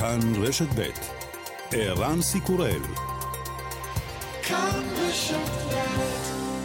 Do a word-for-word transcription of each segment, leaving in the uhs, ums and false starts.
כאן רשת ב' ערן סיקורל. כאן רשת ב'.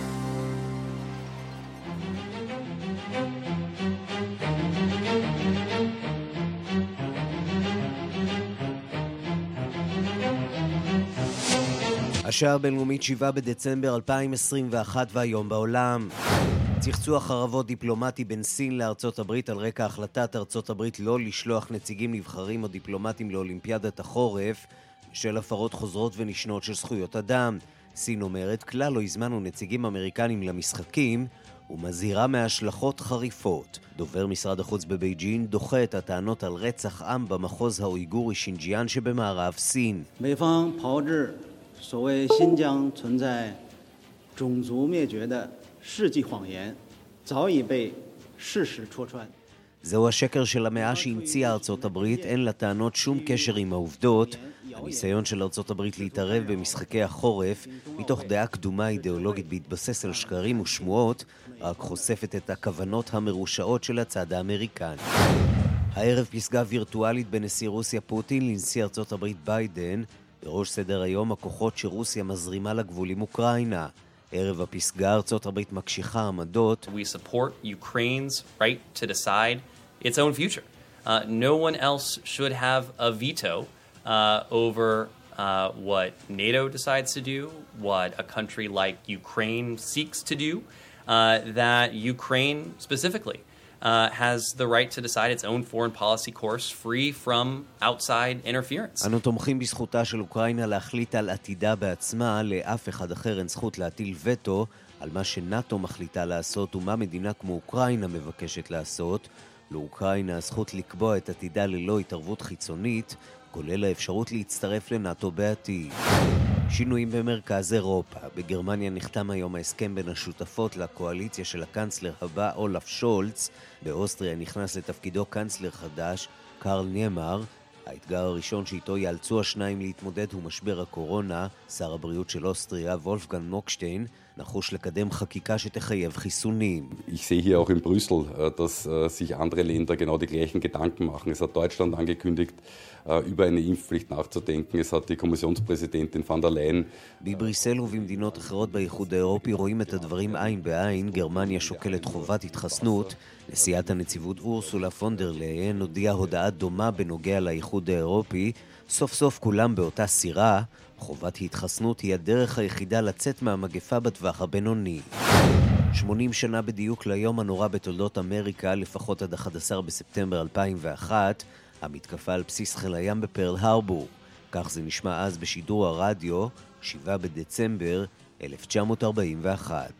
השעה הבינלאומית שבעה בדצמבר אלפיים עשרים ואחת והיום בעולם. צחצוח חרבות דיפלומטי בין סין לארצות הברית על רקע החלטת ארצות הברית לא לשלוח נציגים נבחרים או דיפלומטים לאולימפיאדת החורף של הפרות חוזרות ונשנות של זכויות אדם. סין אומרת כלל לא הזמנו נציגים אמריקנים למשחקים ומזהירה מהשלכות חריפות. דובר משרד החוץ בבייג'ין דוחה את הטענות על רצח עם במחוז האויגורי שינג'יאן שבמערב סין. 美方炮制所谓新疆存在种族灭绝的世纪谎言早已被事实戳穿. זהו השקר של המאה שהמציאה ארצות הברית, אין לטענות שום קשר עם העובדות. הניסיון של ארצות הברית להתערב במשחקי החורף מתוך דעה קדומה אידיאולוגית בהתבסס על שקרים ושמועות רק חושפת את הכוונות המרושעות של הצד האמריקני. הערב פסגה וירטואלית בנשיא רוסיה פוטין לנשיא ארצות הברית ביידן. בראש סדר היום הכוחות שרוסיה מזרימה לגבול עם אוקראינה. ערב הפסגה ארצות הברית מקשיחה עמדות. We support Ukraine's right to decide its own future. Uh, no one else should have a veto uh, over uh, what NATO decides to do, what a country like Ukraine seeks to do, uh, that Ukraine specifically Uh, has the right to decide its own foreign policy course free from outside interference. אנו תומכים בזכותה של אוקראינה להחליט על עתידה בעצמה, לאף אחד אחר אין זכות להטיל וטו על מה שנאטו מחליטה לעשות ומה מדינה כמו אוקראינה מבקשת לעשות. לאוקראינה הזכות לקבוע את עתידה ללא התערבות חיצונית, כולל האפשרות להצטרף לנאטו בעתיד. שינויים במרכז אירופה. בגרמניה נחתם היום ההסכם בין השותפות לקואליציה של הקנצלר הבא אולף שולץ. באוסטריה נכנס לתפקידו קנצלר חדש, קרל נימר. האתגר הראשון שאיתו יאלצו השניים להתמודד הוא משבר הקורונה. שר הבריאות של אוסטריה, וולפגנג מוקשטיין, נחוש לקדם חקיקה שתחייב חיסונים. Ich sehe hier auch in Brüssel, dass sich andere Länder genau die gleichen Gedanken machen. Es hat Deutschland angekündigt, über eine Impfpflicht nachzudenken. Es hat die Kommissionspräsidentin von der Leyen. בבריסל ובמדינות אחרות באיחוד האירופי רואים את הדברים עין בעין. גרמניה שוקלת חובת התחסנות. נשיאת הנציבות אורסולה פון דר ליין הודיעה הודעה דומה בנוגע לאיחוד האירופי. סוף סוף כולם באותה סירה. חובת ההתחסנות היא הדרך היחידה לצאת מהמגפה בטווח הבינוני. שמונים שנה בדיוק ליום הנורא בתולדות אמריקה, לפחות עד אחד עשר בספטמבר אלפיים ואחת, המתקפה על בסיס חיל הים בפרל הרבור. כך זה נשמע אז בשידור הרדיו, שבעה בדצמבר אלף תשע מאות ארבעים ואחת.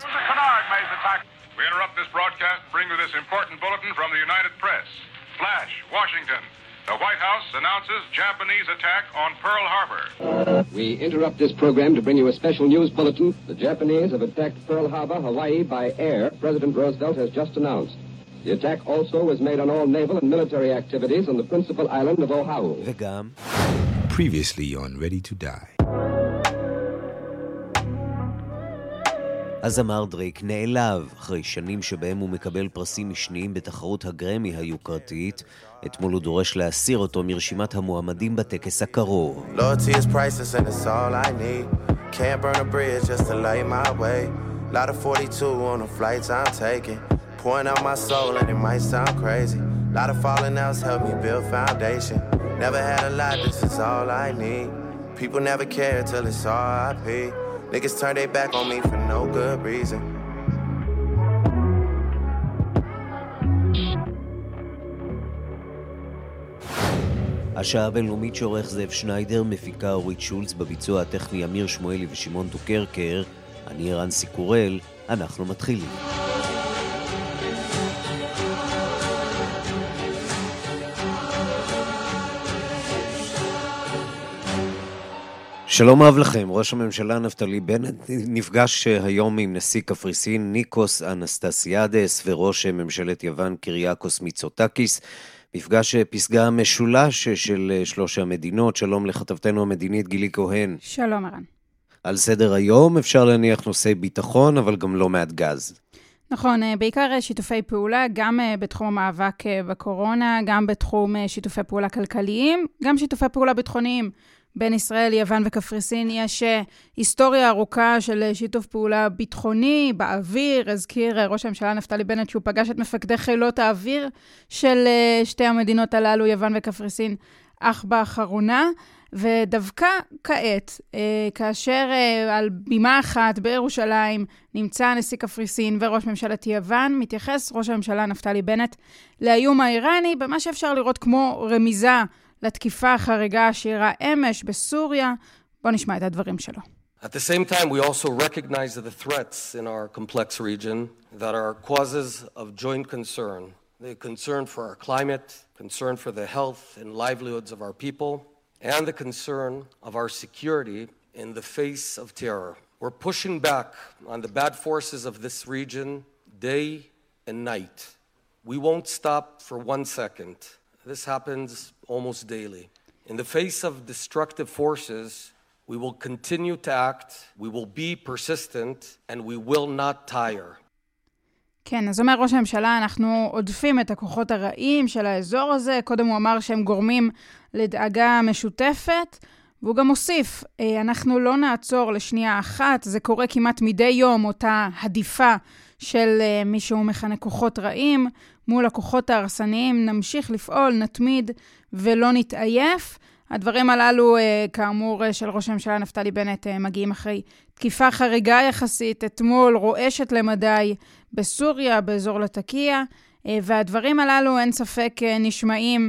We interrupt this broadcast and bring you this important bulletin from the United Press. Flash, Washington. The White House announces Japanese attack on Pearl Harbor. We interrupt this program to bring you a special news bulletin. The Japanese have attacked Pearl Harbor, Hawaii, by air, President Roosevelt has just announced. The attack also was made on all naval and military activities on the principal island of Oahu. וגם Previously on Ready to Die. הזמר דרייק נעלב אחרי שנים שבהם הוא מקבל פרסים משניים בתחרות הגרמי היוקרתית. אתמול הוא דורש להסיר אותו מרשימת המועמדים בטקס הקרוב. Loyalty is priceless and it's all I need. Can't burn a bridge just to light my way. Lot of forty-two on the flights I'm taking. Pouring out my soul and it might sound crazy. Lot of falling outs helped me build foundation. Never had a lot, this is all I need. People never care till it's R I P. Niggas turn their back on me for no good reason. השעה הבינלאומית שעורך זאב שניידר, מפיקה אורית שולץ, בביצוע הטכני אמיר שמואלי ושמעון דוקרקר. אני ערן סיקורל, אנחנו מתחילים. שלום רב לכם. ראש הממשלה נפתלי בנט נפגש היום עם נשיא קפריסין ניקוס אנסטסיאדס וראש ממשלת יוון קיריאקוס מיצוטקיס. מפגש פסגה משולש של שלוש המדינות. שלום לכתבתנו המדינית גילי כהן. שלום ערן. על סדר היום אפשר להניח נושאי ביטחון, אבל גם לא מעט גז. נכון, בעיקר שיתופי פעולה, גם בתחום המאבק בקורונה, גם בתחום שיתופי פעולה כלכליים, גם שיתופי פעולה ביטחוניים. בין ישראל, יוון וקפריסין יש היסטוריה ארוכה של שיתוף פעולה ביטחוני באוויר. הזכיר ראש הממשלה נפתלי בנט שהוא פגש את מפקדי חילות האוויר של שתי המדינות הללו, יוון וקפריסין, אך באחרונה. ודווקא כעת, כאשר על בימה אחת בירושלים נמצא נשיא קפריסין וראש ממשלת יוון, מתייחס ראש הממשלה נפתלי בנט לאיום האיראני, במה שאפשר לראות כמו רמיזה לתקיפה החריגה שאירעה אמש בסוריה. בוא נשמע את הדברים שלו. At the same time, we also recognize the threats in our complex region that are causes of joint concern. The concern for our climate, concern for the health and livelihoods of our people, and the concern of our security in the face of terror. We're pushing back on the bad forces of this region day and night. We won't stop for one second. This happens almost daily. In the face of destructive forces, we will continue to act, we will be persistent, and we will not tire. כן, אז אומר ראש הממשלה, אנחנו עודפים את הכוחות הרעים של האזור הזה. קודם הוא אמר שהם גורמים לדאגה משותפת, והוא גם מוסיף, אנחנו לא נעצור לשנייה אחת, זה קורה כמעט מדי יום, אותה הדיפה של מי שהוא מכנה כוחות רעים, מול הכוחות ההרסניים נמשיך לפעול, נתמיד ולא נתעייף. הדברים הללו, כאמור, של ראש הממשלה נפתלי בנט, מגיעים אחרי תקיפה חריגה יחסית, אתמול רועשת למדי בסוריה, באזור לטקיה, והדברים הללו אין ספק נשמעים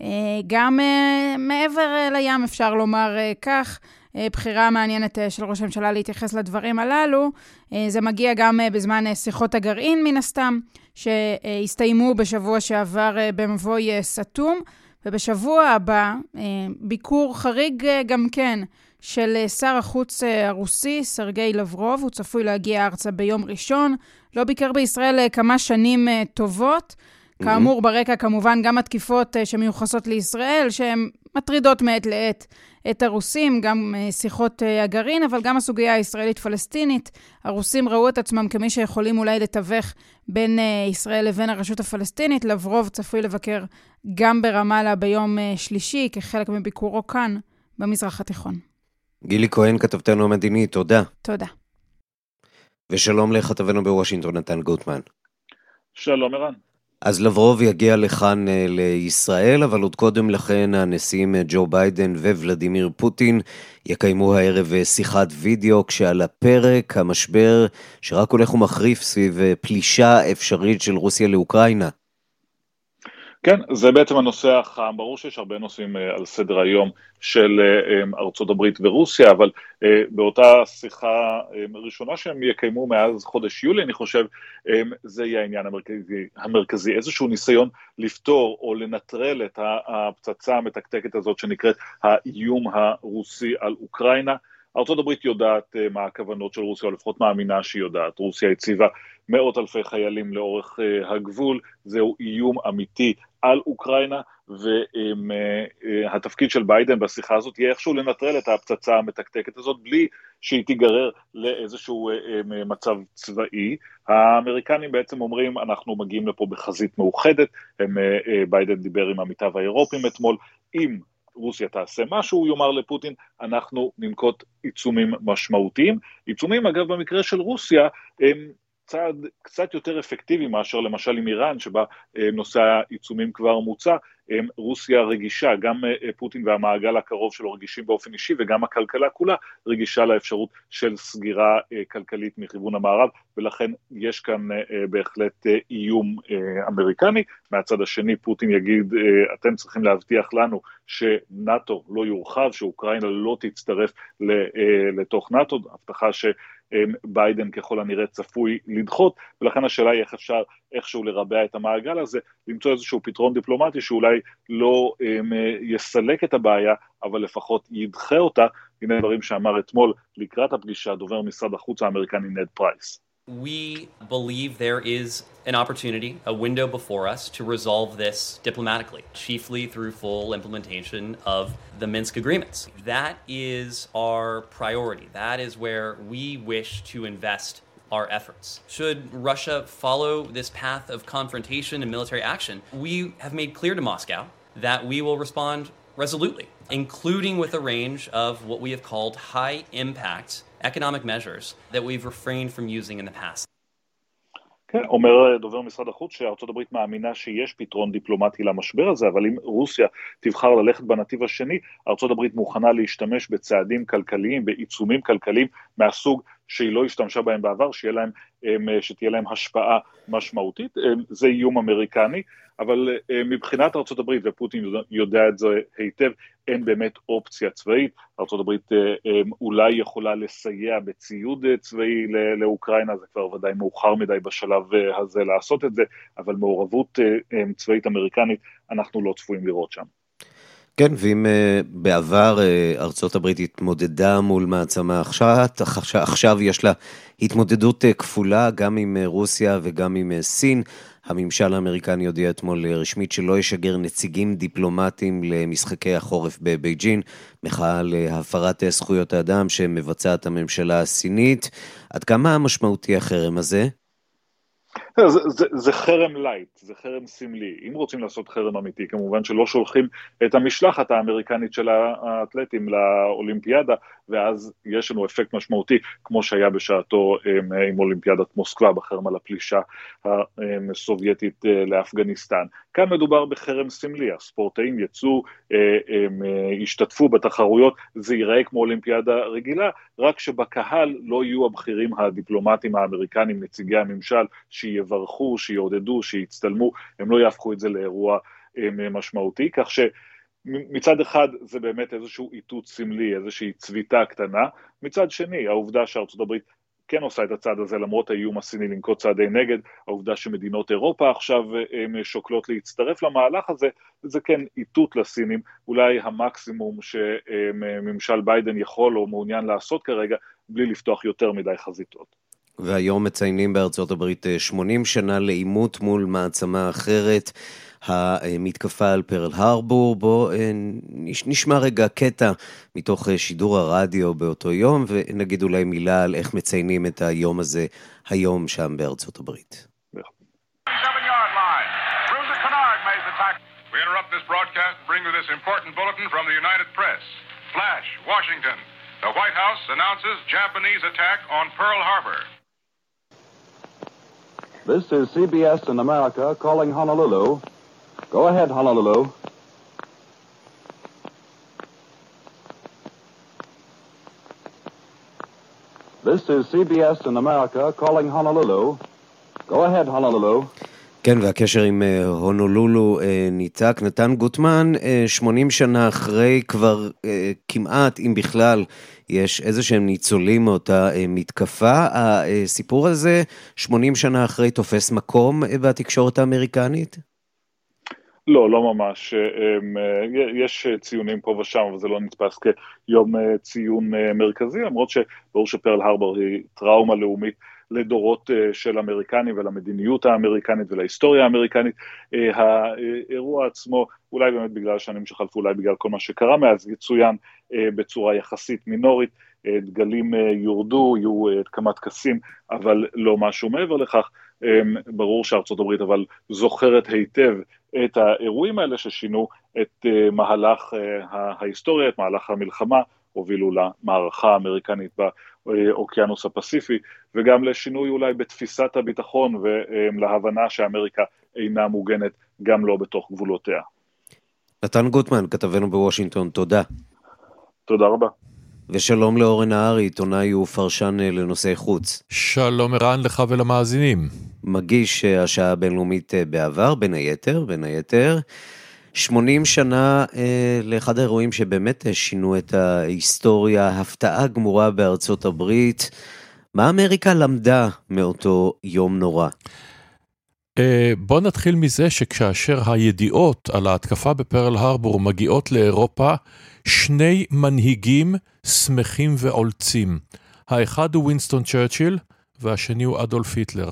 גם מעבר לים, אפשר לומר כך. בחירה מעניינת של ראש הממשלה להתייחס לדברים הללו. זה מגיע גם בזמן שיחות הגרעין מן הסתם, שהסתיימו בשבוע שעבר במבוי סתום, ובשבוע הבא ביקור חריג גם כן של שר החוץ הרוסי, סרגי לברוב. הוא צפוי להגיע ארצה ביום ראשון, לא ביקר בישראל כמה שנים טובות. כאמור, ברקע כמובן גם התקיפות שמיוחסות לישראל, שהן מטרידות מעת לעת את הרוסים, גם שיחות הגרעין, אבל גם הסוגיה הישראלית-פלסטינית. הרוסים ראו את עצמם כמי שיכולים אולי לתווך בין ישראל לבין הרשות הפלסטינית. לברוב צפוי לבקר גם ברמאללה ביום שלישי, כחלק מביקורו כאן במזרח התיכון. גילי כהן, כתבתנו המדיני, תודה. תודה. ושלום לכתבנו בוושינגטון, נתן גוטמן. שלום ערן. אז לברוב יגיע לכאן לישראל, אבל עוד קודם לכן הנשיאים ג'ו ביידן וולדימיר פוטין יקיימו הערב שיחת וידאו, כשעל הפרק המשבר שרק הולך ומחריף סביב פלישה אפשרית של רוסיה לאוקראינה. כן, זה בעצם הנושא החם. ברור שיש הרבה נושאים על סדר היום של ארצות הברית ורוסיה, אבל באותה שיחה ראשונה שהם יקיימו מאז חודש יולי, אני חושב, זה יהיה העניין המרכזי, המרכזי, איזשהו ניסיון לפתור או לנטרל את הפצצה המתקתקת הזאת שנקראת האיום הרוסי על אוקראינה. ארצות הברית יודעת מה הכוונות של רוסיה, או לפחות מאמינה שהיא יודעת. רוסיה הציבה מאות אלפי חיילים לאורך הגבול, זהו איום אמיתי על אוקראינה, והתפקיד של ביידן בשיחה הזאת יהיה איכשהו לנטרל את הפצצה המתקתקת הזאת, בלי שהיא תיגרר לאיזשהו מצב צבאי. האמריקנים בעצם אומרים, אנחנו מגיעים לפה בחזית מאוחדת, הם, ביידן דיבר עם עמיתיו האירופים אתמול, אם רוסיה תעשה משהו, הוא יאמר לפוטין, אנחנו ננקוט עיצומים משמעותיים. עיצומים, אגב, במקרה של רוסיה, הם צעד קצת יותר אפקטיבי מאשר למשל עם איראן, שבה נושא העיצומים כבר מוצע. רוסיה רגישה, גם פוטין והמעגל הקרוב שלו רגישים באופן אישי, וגם הכלכלה כולה רגישה לאפשרות של סגירה כלכלית מכיוון המערב, ולכן יש כאן בהחלט איום אמריקני. מהצד השני פוטין יגיד, אתם צריכים להבטיח לנו שנאטו לא יורחב, שאוקראינה לא תצטרף לתוך נאטו, הבטחה ש... ביידן ככל הנראה צפוי לדחות, ולכן השאלה היא איך אפשר איכשהו לרבע את המעגל הזה, למצוא איזשהו פתרון דיפלומטי שאולי לא um, יסלק את הבעיה, אבל לפחות ידחה אותה. הנה דברים שאמר אתמול לקראת הפגישה דובר משרד החוץ האמריקני נד פרייס. We believe there is an opportunity, a window before us to resolve this diplomatically, chiefly through full implementation of the Minsk agreements. That is our priority. That is where we wish to invest our efforts. Should Russia follow this path of confrontation and military action, we have made clear to Moscow that we will respond resolutely, including with a range of what we have called high-impact economic measures that we've refrained from using in the past. כן, אומר דובר משרד החוץ שארצות הברית מאמינה שיש פתרון דיפלומטי למשבר הזה, אבל אם רוסיה תבחר ללכת בנתיב השני, ארצות הברית מוכנה להשתמש בצעדים כלכליים, בעיצומים כלכליים מהסוג שהיא לא השתמשה בהם בעבר, שתהיה להם, שתהיה להם השפעה משמעותית. זה איום אמריקני, אבל מבחינת ארצות הברית, ופוטין יודע את זה היטב, אין באמת אופציה צבאית. ארצות הברית אולי יכולה לסייע בציוד צבאי לאוקראינה, זה כבר ודאי מאוחר מדי בשלב הזה לעשות את זה, אבל מעורבות צבאית אמריקנית אנחנו לא צפויים לראות שם. כן, ואם uh, בעבר uh, ארצות הברית התמודדה מול מעצמה אחת, עכשיו, עכשיו יש לה התמודדות uh, כפולה, גם עם uh, רוסיה וגם עם uh, סין. הממשל האמריקני הודיע אתמול רשמית שלא ישגר נציגים דיפלומטיים למשחקי החורף בבייג'ין, מחאה להפרת uh, זכויות האדם שמבצעת הממשלה הסינית. עד כמה המשמעותי החרם הזה? זה, זה, זה חרם לייט, זה חרם סמלי. אם רוצים לעשות חרם אמיתי, כמובן שלא שולחים את המשלחת האמריקנית של האתלטים לאולימפיאדה, ואז יש לנו אפקט משמעותי, כמו שהיה בשעתו עם, עם אולימפיאדת מוסקבה, בחרם על הפלישה הסובייטית לאפגניסטן. כאן מדובר בחרם סמלי, הספורטאים יצאו, הם השתתפו בתחרויות, זה ייראה כמו אולימפיאדה רגילה, רק שבקהל לא יהיו הבכירים הדיפלומטיים האמריקנים, נציגי הממשל, שיברכו, שיעודדו, שיצטלמו, הם לא יהפכו את זה לאירוע משמעותי, כך שמצד אחד זה באמת איזשהו איתות סמלי, איזושהי צביטה קטנה, מצד שני, העובדה שארצות הברית כן עושה את הצעד הזה, למרות האיום הסיני לנקוט צעדי נגד, העובדה שמדינות אירופה עכשיו שוקלות להצטרף למהלך הזה, זה כן איתות לסינים, אולי המקסימום שממשל ביידן יכול או מעוניין לעשות כרגע, בלי לפתוח יותר מדי חזיתות. והיום מציינים בארצות הברית שמונים שנה לאימות מול מעצמה אחרת, המתקפה על פרל הרבור. בוא נשמע רגע קטע מתוך שידור הרדיו באותו יום, ונגיד אולי מילה על איך מציינים את היום הזה היום שם בארצות הברית. We interrupt this broadcast to bring you this important bulletin from the United Press. Flash, Washington. The White House announces Japanese attack on Pearl Harbor. This is C B S in America calling Honolulu. Go ahead, Honolulu. This is C B S in America calling Honolulu. Go ahead, Honolulu. כן, והקשר עם הונולולו ניתק. נתן גוטמן, שמונים שנה אחרי כבר כמעט, אם בכלל, יש איזה שהם ניצולים מאותה מתקפה. הסיפור הזה, שמונים שנה אחרי, תופס מקום בתקשורת האמריקנית? לא, לא ממש. יש ציונים פה ושם, אבל זה לא נתפס כיום ציון מרכזי, למרות שברור שפרל הרבור היא טראומה לאומית לדורות של אמריקנים ולמדיניות האמריקנית ולהיסטוריה האמריקנית. האירוע עצמו, אולי באמת בגלל השנים שחלפו, אולי בגלל כל מה שקרה מאז, יצוין בצורה יחסית מינורית, דגלים יורדו, יהיו כמה טקסים, אבל לא משהו מעבר לכך. ברור שארצות הברית אבל זוכרת היטב את האירועים האלה ששינו את מהלך ההיסטוריה, את מהלך המלחמה, הובילו למערכה האמריקנית באוקיינוס הפסיפי, וגם לשינוי אולי בתפיסת הביטחון ולהבנה שאמריקה אינה מוגנת גם לא בתוך גבולותיה. נתן גוטמן, כתבנו בוושינגטון, תודה. תודה רבה. ושלום לאורן נהרי, עיתונאי ופרשן לנושאי חוץ. שלום ערן לך ולמאזינים. מגיש השעה הבינלאומית בעבר, בין היתר, בין היתר. שמונים שנה אה, לאחד האירועים שבאמת שינו את ההיסטוריה, הפתעה גמורה בארצות הברית. מה אמריקה למדה מאותו יום נורא? אה, בוא נתחיל מזה שכאשר הידיעות על ההתקפה בפרל הרבור מגיעות לאירופה, שני מנהיגים שמחים ועולצים. האחד הוא ווינסטון צ'רצ'יל, והשני הוא אדולף היטלר.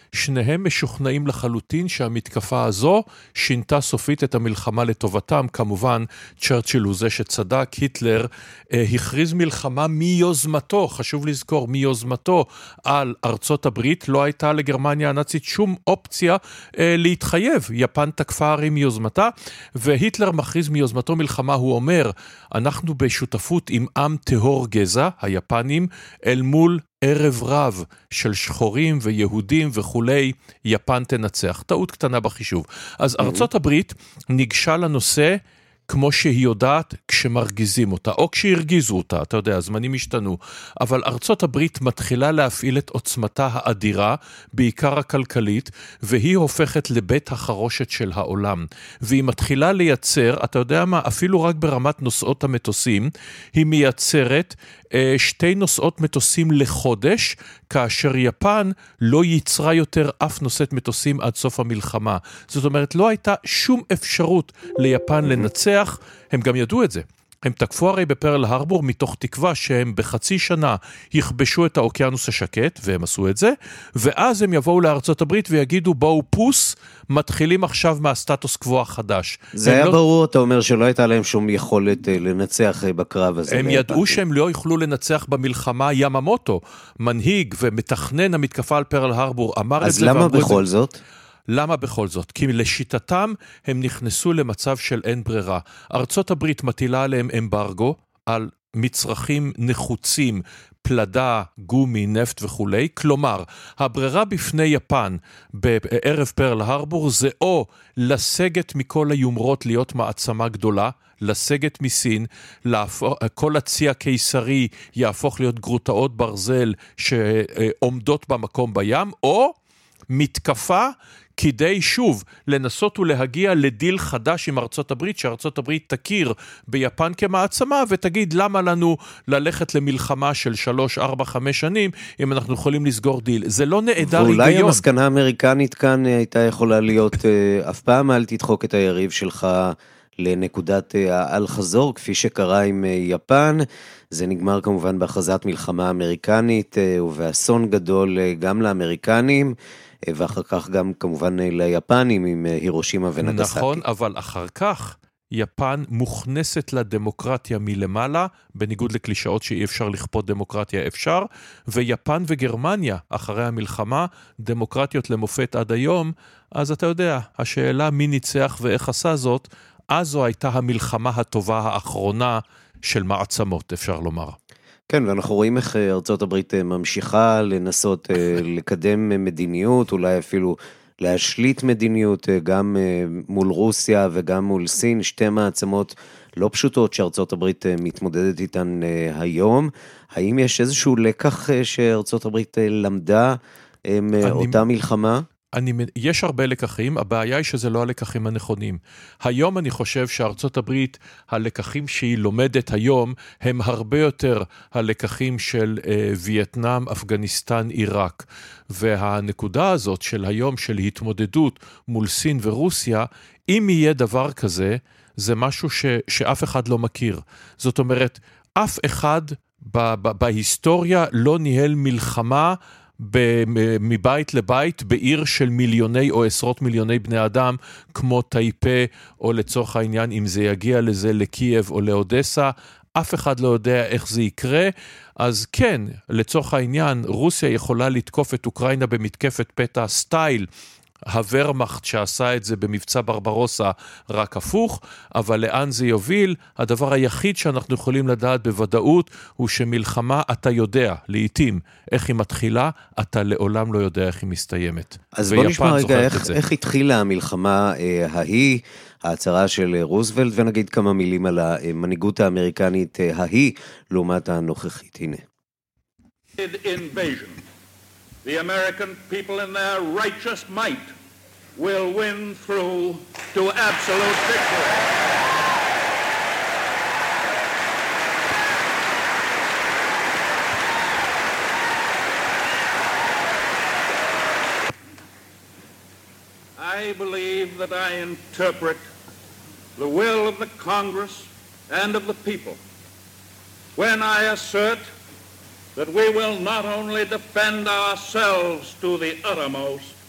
שניהם משוכנעים לחלוטין שהמתקפה הזו שינתה סופית את המלחמה לטובתם. כמובן, צ'רצ'יל הוא זה שצדק, היטלר אה, הכריז מלחמה מיוזמתו, חשוב לזכור, מיוזמתו על ארצות הברית. לא הייתה לגרמניה הנאצית שום אופציה אה, להתחייב. יפן תקפה הרי מיוזמתה, והיטלר מכריז מיוזמתו מלחמה. הוא אומר, אנחנו בשותפות עם עם טהור גזע, היפנים, אל מול ערב רב של שחורים ויהודים וכולי, יפן תנצח. טעות קטנה בחישוב. אז ארצות הברית ניגשה לנושא כמו שהיא יודעת כשמרגיזים אותה, או כשהרגיזו אותה, אתה יודע, הזמנים השתנו, אבל ארצות הברית מתחילה להפעיל את עוצמתה האדירה, בעיקר הכלכלית, והיא הופכת לבית החרושת של העולם, והיא מתחילה לייצר, אתה יודע מה, אפילו רק ברמת נוסעות המטוסים, היא מייצרת אה, שתי נוסעות מטוסים לחודש, כאשר יפן לא ייצרה יותר אף נוסעת מטוסים עד סוף המלחמה. זאת אומרת, לא הייתה שום אפשרות ליפן לנצח, הם גם ידעו את זה. הם תקפו הרי בפרל הרבור מתוך תקווה שהם בחצי שנה יכבשו את האוקיינוס השקט, והם עשו את זה, ואז הם יבואו לארצות הברית ויגידו, בואו פוס, מתחילים עכשיו מהסטטוס קוו החדש. זה היה לא... ברור, אתה אומר שלא הייתה להם שום יכולת לנצח בקרב הזה. הם ידעו שהם לא יוכלו לנצח במלחמה. יממוטו, מנהיג ומתכנן המתקפה על פרל הרבור, אמר את זה. אז למה בכל זה... זאת? למה בכל זאת? כי לשיטתם הם נכנסו למצב של אין ברירה. ארצות הברית מטילה עליהם אמברגו על מצרכים נחוצים, פלדה, גומי, נפט וכולי. כלומר, הברירה בפני יפן בערב פרל הרבור זה או לסגת מכל היומרות להיות מעצמה גדולה, לסגת מסין, להפוך, כל הצי הקיסרי יהפוך להיות גרוטאות ברזל שעומדות במקום בים, או מתקפה כדי שוב לנסות ולהגיע לדיל חדש עם ארצות הברית, שארצות הברית תכיר ביפן כמעצמה, ותגיד למה לנו ללכת למלחמה של שלוש, ארבע, חמש שנים, אם אנחנו יכולים לסגור דיל. זה לא נעדר היגיון. ואולי המסקנה האמריקנית כאן הייתה יכולה להיות, אף פעם אל תדחוק את היריב שלך לנקודת האל-חזור, כפי שקרה עם יפן. זה נגמר כמובן בהכרזת מלחמה אמריקנית, ובאסון גדול גם לאמריקנים, ואחר כך גם כמובן ליפנים עם הירושימה ונגסקי. נכון, אבל אחר כך יפן מוכנסת לדמוקרטיה מלמעלה, בניגוד לקלישאות שאי אפשר לכפות דמוקרטיה אפשר, ויפן וגרמניה אחרי המלחמה, דמוקרטיות למופת עד היום, אז אתה יודע, השאלה מי ניצח ואיך עשה זאת, אז זו הייתה המלחמה הטובה האחרונה של מעצמות, אפשר לומר. כן, ואנחנו רואים איך ארצות הברית ממשיכה לנסות לקדם מדיניות, אולי אפילו להשליט מדיניות, גם מול רוסיה וגם מול סין, שתי מעצמות לא פשוטות שארצות הברית מתמודדת איתן היום. האם יש איזשהו לקח שארצות הברית למדה מאותה מלחמה? אני, יש הרבה לקחים, הבעיה היא שזה לא הלקחים הנכונים. היום אני חושב שארצות הברית, הלקחים שהיא לומדת היום, הם הרבה יותר הלקחים של אה, וייטנאם, אפגניסטן, עיראק. והנקודה הזאת של היום של התמודדות מול סין ורוסיה, אם יהיה דבר כזה, זה משהו ש, שאף אחד לא מכיר. זאת אומרת, אף אחד ב, ב, בהיסטוריה לא ניהל מלחמה מבית לבית בעיר של מיליוני או עשרות מיליוני בני אדם כמו טייפה, או לצורך העניין אם זה יגיע לזה לקייב או לאודסה, אף אחד לא יודע איך זה יקרה. אז כן, לצורך העניין רוסיה יכולה לתקוף את אוקראינה במתקפת פתע סטייל הוורמאכט שעשה את זה במבצע ברברוסה, רק הפוך, אבל לאן זה יוביל? הדבר היחיד שאנחנו יכולים לדעת בוודאות הוא שמלחמה אתה יודע, לעתים, איך היא מתחילה, אתה לעולם לא יודע איך היא מסתיימת. אז בוא נשמע רגע איך, איך התחילה המלחמה אה, ההיא, ההצהרה של רוזוולט, ונגיד כמה מילים על המנהיגות האמריקנית אה, ההיא, לעומת הנוכחית. הנה. Invasion. The American people in their righteous might will win through to absolute victory. I believe that I interpret the will of the Congress and of the people when I assert that we will not only defend ourselves to the uttermost,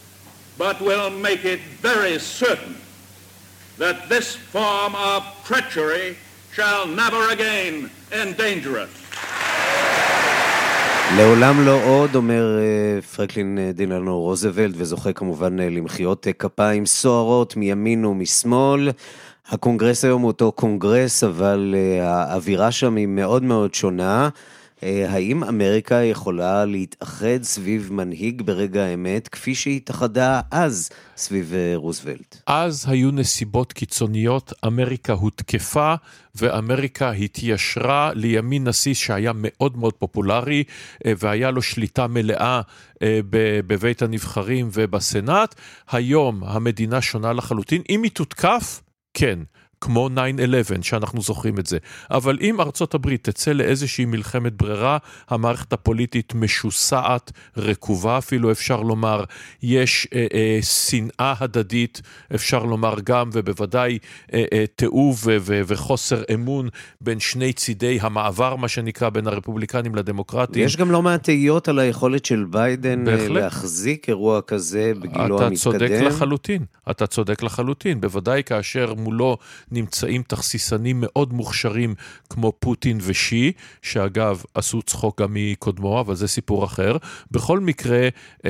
but will make it very certain that this form of treachery shall never again endanger us. לעולם לא עוד, אומר פרנקלין דלאנו רוזוולט, וזוכה כמובן למחיאות כפיים סוערות מימין ומשמאל. הקונגרס היום הוא אותו קונגרס, אבל האווירה שם היא מאוד מאוד שונה. האם אמריקה יכולה להתאחד סביב מנהיג ברגע האמת, כפי שהיא התאחדה אז סביב רוזוולט? אז היו נסיבות קיצוניות, אמריקה הותקפה, ואמריקה התיישרה לימין נשיא שהיה מאוד מאוד פופולרי, והיה לו שליטה מלאה בבית הנבחרים ובסנאט. היום המדינה שונה לחלוטין. אם היא תותקף, כן. כמו תשע אחת עשרה, שאנחנו זוכרים את זה. אבל אם ארצות הברית תצא לאיזושהי מלחמת ברירה, המערכת הפוליטית משוסעת, רקובה אפילו, אפשר לומר, יש אה, אה, שנאה הדדית, אפשר לומר גם, ובוודאי אה, אה, תיעוב ו- ו- וחוסר אמון בין שני צידי המעבר, מה שנקרא, בין הרפובליקנים לדמוקרטים. יש גם לא מעט תהיות על היכולת של ביידן בהחלט. להחזיק אירוע כזה בגילו אתה המתקדם. צודק לחלוטין, אתה צודק לחלוטין, בוודאי כאשר מולו נמצאים תכסיסנים מאוד מוכשרים כמו פוטין ושי, שאגב עשו צחוק גם מקודמו, אבל זה סיפור אחר. בכל מקרה,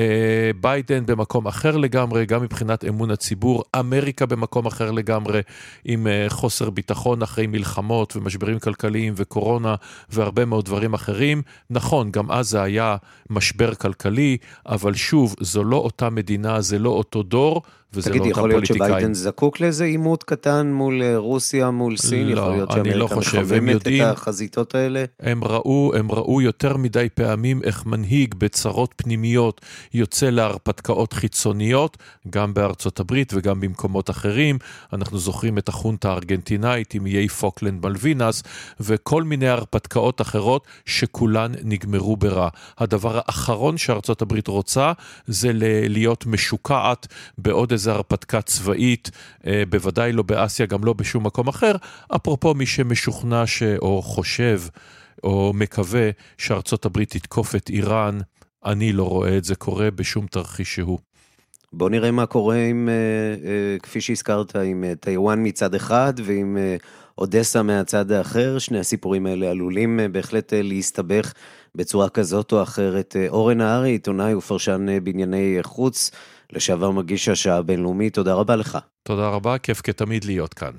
ביידן במקום אחר לגמרי, גם מבחינת אמון הציבור, אמריקה במקום אחר לגמרי, עם חוסר ביטחון אחרי מלחמות ומשברים כלכליים וקורונה והרבה מאוד דברים אחרים. נכון, גם אז זה היה משבר כלכלי, אבל שוב, זו לא אותה מדינה, זה לא אותו דור, וזה תגיד, לא יכול להיות שביידן זקוק לאיזה עימות קטן מול רוסיה, מול סין? לא, יכול להיות אני לא שאמריקה חושב, הם מכוונת יודעים, את החזיתות האלה? הם ראו, הם ראו יותר מדי פעמים איך מנהיג בצרות פנימיות יוצא להרפתקאות חיצוניות, גם בארצות הברית וגם במקומות אחרים. אנחנו זוכרים את החונטה הארגנטינאית עם איי פוקלנד מלווינס, וכל מיני הרפתקאות אחרות שכולן נגמרו ברע. הדבר האחרון שארצות הברית רוצה זה להיות משוקעת בעוד איזו הרפתקה צבאית, בוודאי לא באסיה, גם לא בשום מקום אחר. אפרופו מי שמשוכנע ש... או חושב או מקווה שארצות הברית תתקוף את איראן, אני לא רואה את זה קורה בשום תרחיש שהוא. בוא נראה מה קורה עם, כפי שהזכרת, עם טיואן מצד אחד ועם אודסה מהצד האחר. שני הסיפורים האלה עלולים בהחלט להסתבך בצורה כזאת או אחרת. אורן נהרי, עיתונאי ופרשן בענייני חוץ, לשעבר מגיש השעה הבינלאומית, תודה רבה לך. תודה רבה, כיף כתמיד להיות כאן.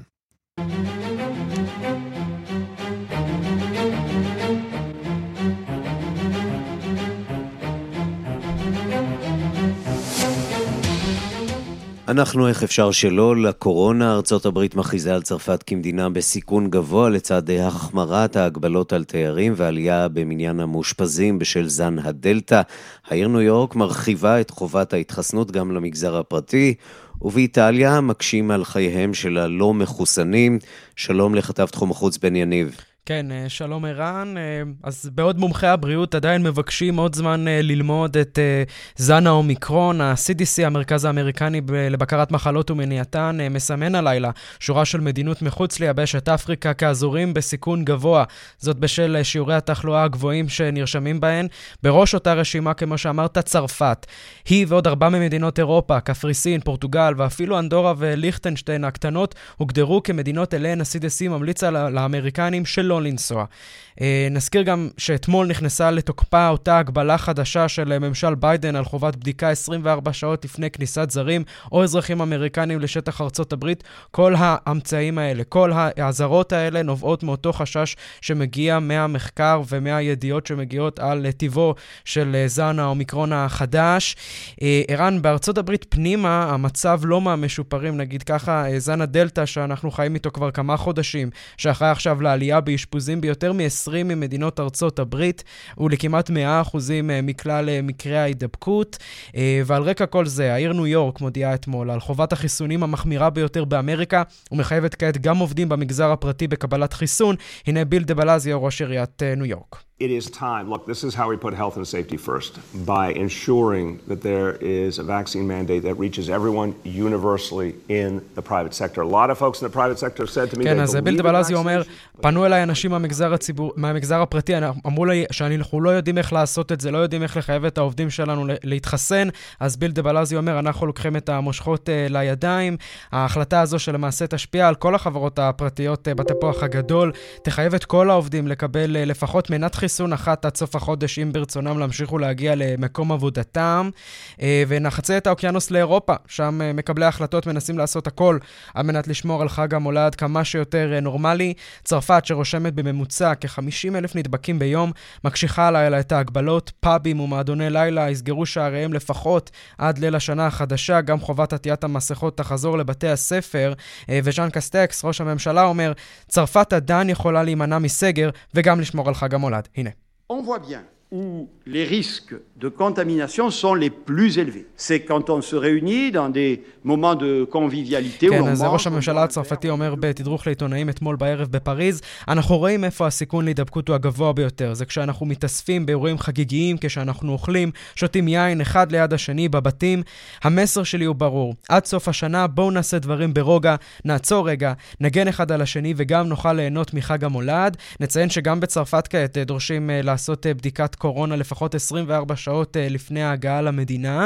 אנחנו, איך אפשר שלא, לקורונה. ארצות הברית מכריזה על צרפת כמדינה בסיכון גבוה לצד החמרת ההגבלות על תיירים ועלייה במניין המאושפזים בשל זן הדלטה. העיר ניו יורק מרחיבה את חובת ההתחסנות גם למגזר הפרטי, ובאיטליה מקשים על חייהם של הלא מחוסנים. שלום לכתב תחום החוץ בן יניב. כן, שלום ערן. אז בעוד מומחי הבריאות עדיין מבקשים עוד זמן ללמוד את זן האומיקרון, ה-סי די סי, המרכז האמריקני לבקרת מחלות ומניעתן, מסמן הלילה שורה של מדינות מחוץ ליבשת אפריקה כאזורים בסיכון גבוה. זאת בשל שיעורי התחלואה הגבוהים שנרשמים בהן. בראש אותה רשימה, כמו שאמרת, צרפת. היא ועוד ארבע ממדינות אירופה, קפריסין, פורטוגל ואפילו אנדורה וליכטנשטיין הקטנות, הוגדרו כמדינות אליהן ה-סי די סי ממליצה לאמריקנים של לא לנסוע. נזכיר גם שאתמול נכנסה לתוקפה אותה הגבלה חדשה של ממשל ביידן על חובת בדיקה עשרים וארבע שעות לפני כניסת זרים או אזרחים אמריקנים לשטח ארצות הברית. כל האמצעים האלה, כל ההזרות האלה נובעות מאותו חשש שמגיע מהמחקר ומהידיעות שמגיעות על טיבו של זן האומיקרון החדש. ערן, בארצות הברית פנימה המצב לא מהמשופרים, נגיד ככה, זן הדלטה שאנחנו חיים איתו כבר כמה חודשים, שאחרי עכשיו לעלייה באשפוזים ביותר מ-עשרים ממדינות ארצות הברית, ולכמעט מאה אחוזים מכלל מקרי ההידבקות. ועל רקע כל זה, העיר ניו יורק מודיעה אתמול על חובת החיסונים המחמירה ביותר באמריקה, ומחייבת כעת גם עובדים במגזר הפרטי בקבלת חיסון. הנה ביל דה בלזיו, ראש עיריית ניו יורק. it is time. Look, this is how we put health and safety first, by ensuring that there is a vaccine mandate that reaches everyone universally in the private sector. A lot of folks in the private sector have said to me כן, they אז believe ביל in דה בלזיו vaccination. אומר, פנו אליי אנשים מהמגזר הציבור, מהמגזר הפרטי, אמרו לי שאנחנו לא יודעים איך לעשות את זה, לא יודעים איך לחייב את העובדים שלנו להתחסן, אז ביל דה בלזיו אומר, אנחנו לוקחים את המושכות uh, לידיים, ההחלטה הזו שלמעשה תשפיע על כל החברות הפרטיות uh, בתפוח הגדול, תחייב את כל העובדים לקבל uh, לפחות מנת חיסון אחת עד סוף החודש, אם ברצונם להמשיך ולהגיע למקום עבודתם, uh, ונחצה את האוקיינוס לאירופה, שם uh, מקבלי ההחלטות מנסים לעשות הכל על מנת לשמור על חג המולד כמה שיותר uh, נורמלי. צרפת שרושמת בממוצע כ-חמישים אלף נדבקים ביום, מקשיחה הלילה את ההגבלות, פאבים ומועדוני לילה יסגרו שעריהם לפחות עד ליל השנה החדשה, גם חובת עטיית המסכות תחזור לבתי הספר, וז'אן קסטקס, ראש הממשלה, אומר, צרפת עדיין יכולה להימנע מסגר וגם לשמור על חג המולד. הנה. On voit bien où les risques de contamination sont les plus élevés. C'est quand on se réunit dans des moments de convivialité. כן, אז ראש הממשלה הצרפתי אומר בתדרוך לעיתונאים אתמול בערב בפריז, אנחנו רואים איפה הסיכון להידבקות הוא הגבוה ביותר. זה כשאנחנו מתאספים באירועים חגיגיים, כשאנחנו אוכלים, שותים יין אחד ליד השני בבתים. המסר שלי הוא ברור. עד סוף השנה בואו נעשה דברים ברוגע, נעצור רגע, נגן אחד על השני וגם נוכל ליהנות מחג המולד. נציין שגם בצרפת כעת דורשים לעשות בדיקת קורונה לפחות עשרים וארבע שעות לפני ההגעה למדינה.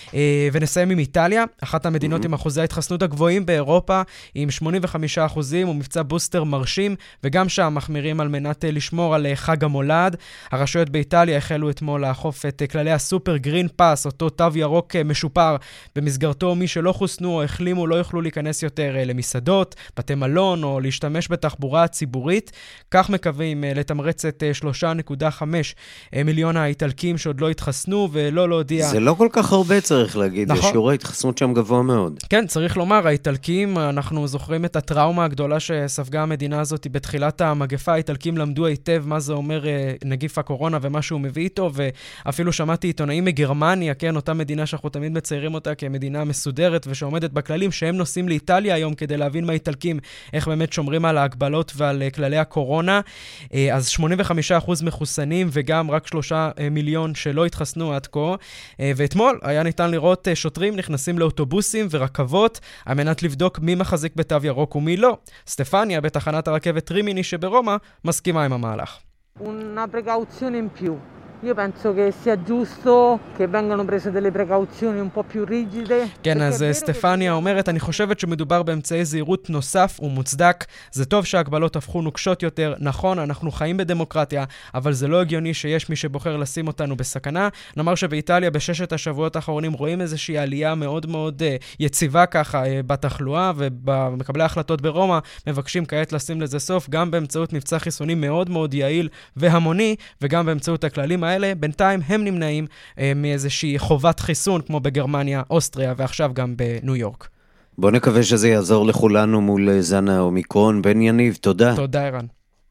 ונסיים עם איטליה, אחת המדינות עם אחוזי ההתחסנות הגבוהים באירופה, עם שמונים וחמישה אחוזים ומבצע בוסטר מרשים, וגם שם מחמירים על מנת לשמור על חג המולד. הרשויות באיטליה החלו אתמול לאכוף את כללי הסופר גרין פאס, אותו תו ירוק משופר, במסגרתו מי שלא חוסנו או החלימו לא יוכלו להיכנס יותר למסעדות, בתי מלון או להשתמש בתחבורה הציבורית. כך מקווים לתמרץ את שלוש נקודה חמש מיליון האיטלקים שעוד לא התחסנו ולא להודיע. זה לא כל כך הרבה צריך להגיד, נכון. שיעור ההתחסנות שם גבוה מאוד. כן, צריך לומר, האיטלקים, אנחנו זוכרים את הטראומה הגדולה שספגה המדינה הזאת בתחילת המגפה, האיטלקים למדו היטב מה זה אומר נגיף הקורונה ומה שהוא מביא איתו, ואפילו שמעתי עיתונאים מגרמניה, כן, אותה מדינה שאנחנו תמיד מציירים אותה כמדינה מסודרת ושעומדת בכללים, שהם נוסעים לאיטליה היום כדי להבין מהאיטלקים איך באמת שומרים על ההגבלות ועל כללי הקורונה. אז שמונים וחמישה אחוז מחוסנים וגם רק שלושה מיליון שלא התחסנו עד כה. ואתמול היה ניתן לראות שוטרים נכנסים לאוטובוסים ורכבות על מנת לבדוק מי מחזיק בתו ירוק ומי לא. סטפניה בתחנת הרכבת רימיני שברומא מסכימה עם המהלך. Una precauzione in più. Io penso che sia giusto che vengano prese delle precauzioni un po' più rigide. כן, אז סטפניה אומרת, אני חושבת שמדובר באמצעי זהירות נוסף ומוצדק. זה טוב שההגבלות הפכו נוקשות יותר. נכון, אנחנו חיים בדמוקרטיה, אבל זה לא הגיוני שיש מי שבוחר לשים אותנו בסכנה. נאמר שבאיטליה בששת השבועות האחרונים רואים איזושהי עלייה מאוד מאוד יציבה ככה בתחלואה, ובמקבלי ההחלטות ברומא מבקשים כעת לשים לזה סוף, גם באמצעות מבצע חיסוני מאוד מאוד יעיל והמוני, וגם באמצעות הכללים האלה. בינתיים הם נמנעים אה, מאיזושהי חובת חיסון, כמו בגרמניה, אוסטריה, ועכשיו גם בניו יורק. בוא נקווה שזה יעזור לכולנו מול זן האומיקרון. בן יניב, תודה. תודה, ערן.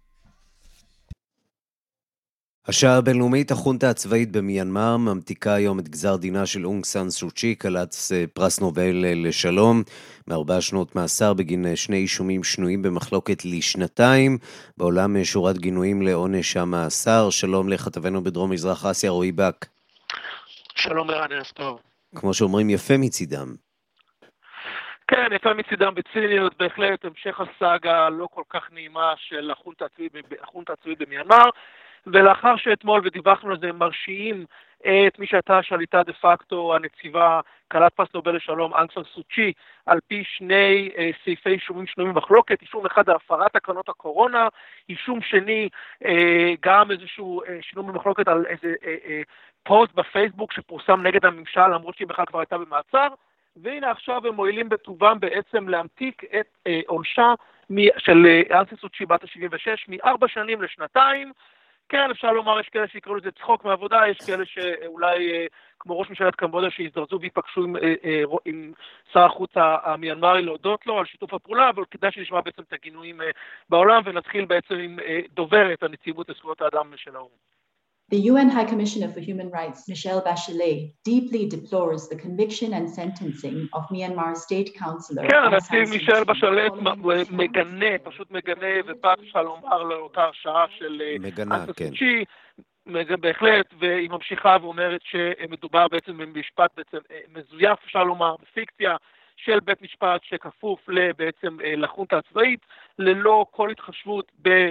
השעה הבינלאומית, החונטה הצבאית במיינמר ממתיקה היום את גזר דינה של אונג סאן סו צ'י, כלת פרס נובל לשלום, מארבע שנות מאסר בגין שני אישומים שנויים במחלוקת לשנתיים. בעולם שורת גינויים לעונש המאסר. שלום לכתבנו בדרום מזרח אסיה, רועי בק. שלום ערן, ערב טוב. כמו שאומרים, יפה מצידם. כן, יפה מצידם בציניות, בהחלט המשך הסאגה לא כל כך נעימה של החונטה הצבאית במיינמר. ולאחר שאתמול ודיווחנו לזה, מרשיעים את מי שהייתה שליטה דה פקטו, הנציבה, כלת פרס נובל לשלום, אונג סאן סו צ'י, על פי שני אה, סעיפי אישומים שנויים במחלוקת. אישום אחד על הפרת תקנות הקורונה, אישום שני אה, גם איזשהו אה, שינוי במחלוקת על איזה אה, אה, פוסט בפייסבוק שפורסם נגד הממשל, למרות שהיא בכלל כבר הייתה במעצר, והנה עכשיו הם מועילים בטובם בעצם להמתיק את אה, עונשה של אה, אונג סאן סו צ'י בת ה-שבעים ושש מארבע שנים לשנתיים. כן, אפשר לומר, יש כאלה שיקראו לזה צחוק מעבודה, יש כאלה שאולי, כמו ראש ממשלת קמבודיה, שיזדרזו ויפגשו עם, עם שר החוץ המיינמרי להודות לו על שיתוף הפעולה, אבל כדאי שנשמע בעצם את הגינויים בעולם, ונתחיל בעצם עם דוברת הנציבות לזכויות האדם של האו"ם. The U N High Commissioner for Human Rights, Michelle Bachelet, deeply deplores the conviction and sentencing of Myanmar State Councillor כן, הנשיא מישל בשלט מגנה, פשוט מגנה, ובא אפשר לומר לאותה הרשעה של מגנה, כן. בהחלט, והיא ממשיכה ואומרת שמדובר בעצם במשפט בעצם מזויף, אפשר לומר, בפיקציה של בית משפט שכפוף בעצם לחונטה הצבאית, ללא כל התחשבות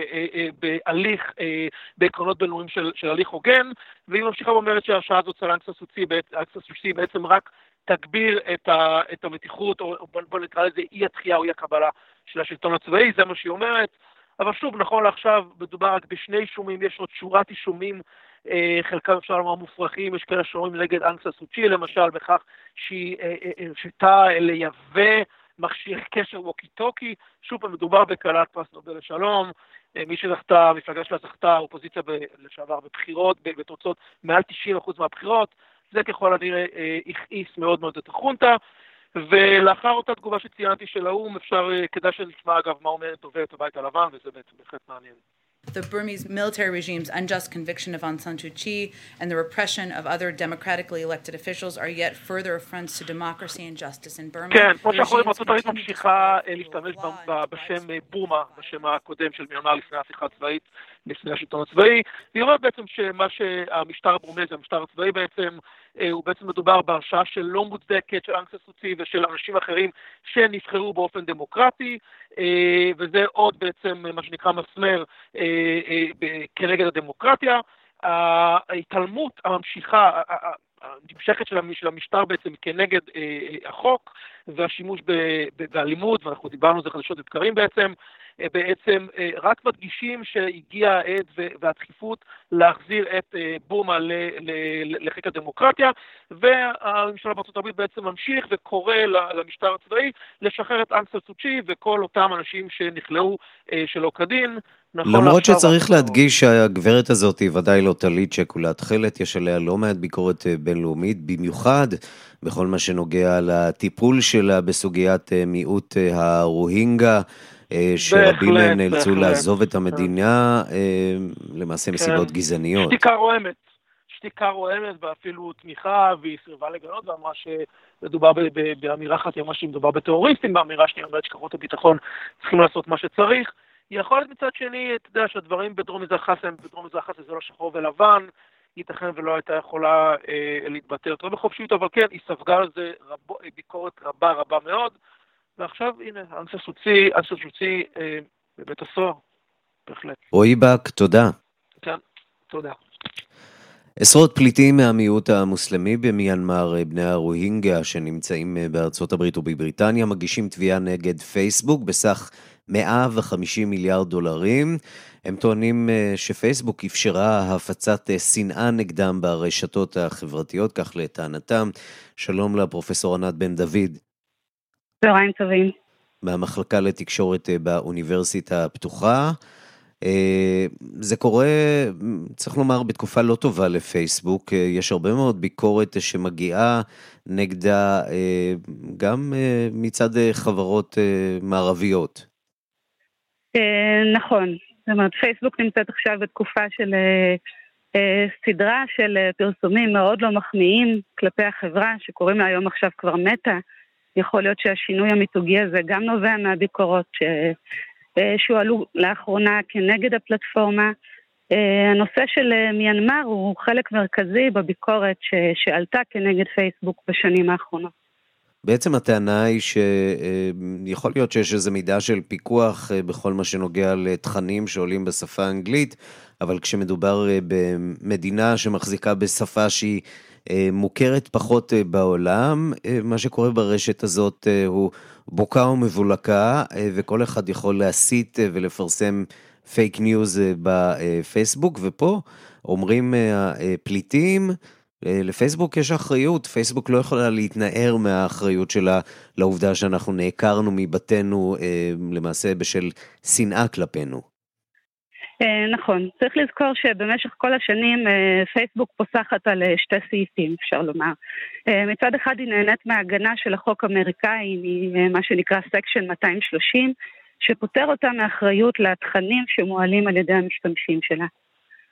בהליך, בעקרונות בינלאומיים של, של הליך הוגן, והיא ממשיכה ואומרת שההרשעה הזאת של אנג סאן סו צ'י בעצם רק תגביר את, ה, את המתיחות, או בוא, בוא נקרא לזה אי התחייה או אי הקבלה של השלטון הצבאי, זה מה שהיא אומרת. אבל שוב, נכון לעכשיו, מדובר רק בשני אישומים, יש עוד שורת אישומים, חלקם אפשר לומר מופרכים, יש כאלה שאומרים נגד אנג סאן סו צ'י, למשל בכך שהיא הרשתה לייבא מכשיר קשר ווקי-טוקי, שוב מדובר בקלת פרס נובל לשלום, מי שזכתה, המפלגה שלה זכתה, האופוזיציה לשעבר בבחירות, בתוצאות מעל תשעים אחוז מהבחירות, זה ככל הנראה הכעיס מאוד מאוד את החונטה, ולאחר אותה תגובה שציינתי של האו"ם, אפשר, כדאי שנשמע אגב מה אומרת דוברת הבית הלבן, וזה בעצם בהחלט מעניין. The Burmese military regime's unjust conviction of Aung San Suu Kyi and the repression of other democratically elected officials are yet further affronts to democracy and justice in Burma. כן, כמו שאנחנו רואים, ארצות הברית ממשיכה להשתמש בשם בורמה, בשם הקודם של מיאנמר לפני ההפיכה הצבאית, לפני השלטון הצבאי, והיא אומרת בעצם שמה שהמשטר הברומזי, המשטר הצבאי בעצם, הוא בעצם מדובר בהרשעה של לא מוצדקת של אנג סאן סו צ'י ושל אנשים אחרים שנבחרו באופן דמוקרטי, וזה עוד בעצם מה שנקרא מסמר כנגד הדמוקרטיה. ההתעלמות הממשיכה, הנמשכת של המשטר בעצם כנגד החוק והשימוש באלימות, ואנחנו דיברנו על זה חדשות ובקרים בעצם, בעצם רק מדגישים שהגיעה העת והדחיפות להחזיר את בורמה לחיק הדמוקרטיה, והממשלה בארצות הברית בעצם ממשיך וקורא למשטר הצבאי לשחרר את אנג סאן סו צ'י וכל אותם אנשים שנכלאו שלא כדין. למרות שצריך להדגיש שהגברת הזאת היא ודאי לא טלית שכולה תכלת, יש עליה לא מעט ביקורת בינלאומית, במיוחד בכל מה שנוגע לטיפול שלה בסוגיית מיעוט הרוהינגה, שרבים מהם נאלצו לעזוב את המדינה, למעשה מסיבות גזעניות. שתיקה רועמת, שתיקה רועמת ואפילו תמיכה, והיא סירבה לגנות ואמרה שמדובר באמירה אחת, היא אמרה שמדובר בטרוריסטים, באמירה שנייה אומרת שכוחות הביטחון צריכים לעשות מה שצריך. יכול להיות מצד שני, אתה יודע שהדברים בדרום מזרח אסיה, בדרום מזרח אסיה זה לא שחור ולבן, ייתכן ולא הייתה יכולה אה, להתבטא יותר בחופשיות, אבל כן, היא ספגה על זה רב, ביקורת רבה רבה מאוד, ועכשיו הנה, אנג סאן סו צ'י, אנג סאן סו צ'י אה, בבית הסוהר, בהחלט. רועי בק, תודה. כן, תודה. עשרות פליטים מהמיעוט המוסלמי במיאנמר, בני הרוהינגה שנמצאים בארצות הברית ובבריטניה, מגישים תביעה נגד פייסבוק בסך מאה וחמישים מיליארד דולרים. הם טוענים שפייסבוק אפשרה הפצת שנאה נגדם ברשתות החברתיות, כך לטענתם. שלום לפרופסור ענת בן דוד. צהריים טובים. מהמחלקה לתקשורת באוניברסיטה הפתוחה. זה קורה, צריך לומר, בתקופה לא טובה לפייסבוק. יש הרבה מאוד ביקורת שמגיעה נגדה גם מצד חברות מערביות. נכון. זאת אומרת, פייסבוק נמצאת עכשיו בתקופה של סדרה של פרסומים מאוד לא מחמיאים כלפי החברה, שקוראים לה היום עכשיו כבר מטה. יכול להיות שהשינוי המיתוגי הזה גם נובע מהביקורות ש... שואלו לאחרונה כנגד הפלטפורמה. הנושא של מיאנמר הוא חלק מרכזי בביקורת ש... שעלתה כנגד פייסבוק בשנים האחרונות. בעצם הטענה היא שיכול להיות שיש איזו מידה של פיקוח בכל מה שנוגע לתכנים שעולים בשפה האנגלית, אבל כשמדובר במדינה שמחזיקה בשפה שהיא מוכרת פחות בעולם, מה שקורה ברשת הזאת הוא בוקה ומבולקה, וכל אחד יכול להסית ולפרסם פייק ניוז בפייסבוק, ופה אומרים הפליטים, לפייסבוק יש אחריות, פייסבוק לא יכולה להתנער מהאחריות שלה לעובדה שאנחנו נעקרנו מבתנו למעשה בשל שנאה כלפינו. נכון, צריך לזכור שבמשך כל השנים פייסבוק פוסחת על שתי סעיפים, אפשר לומר. מצד אחד היא נהנית מההגנה של החוק האמריקאי, מה שנקרא סקשן מאתיים ושלושים, שפותר אותה מאחריות לתכנים שמועלים על ידי המשתמשים שלה.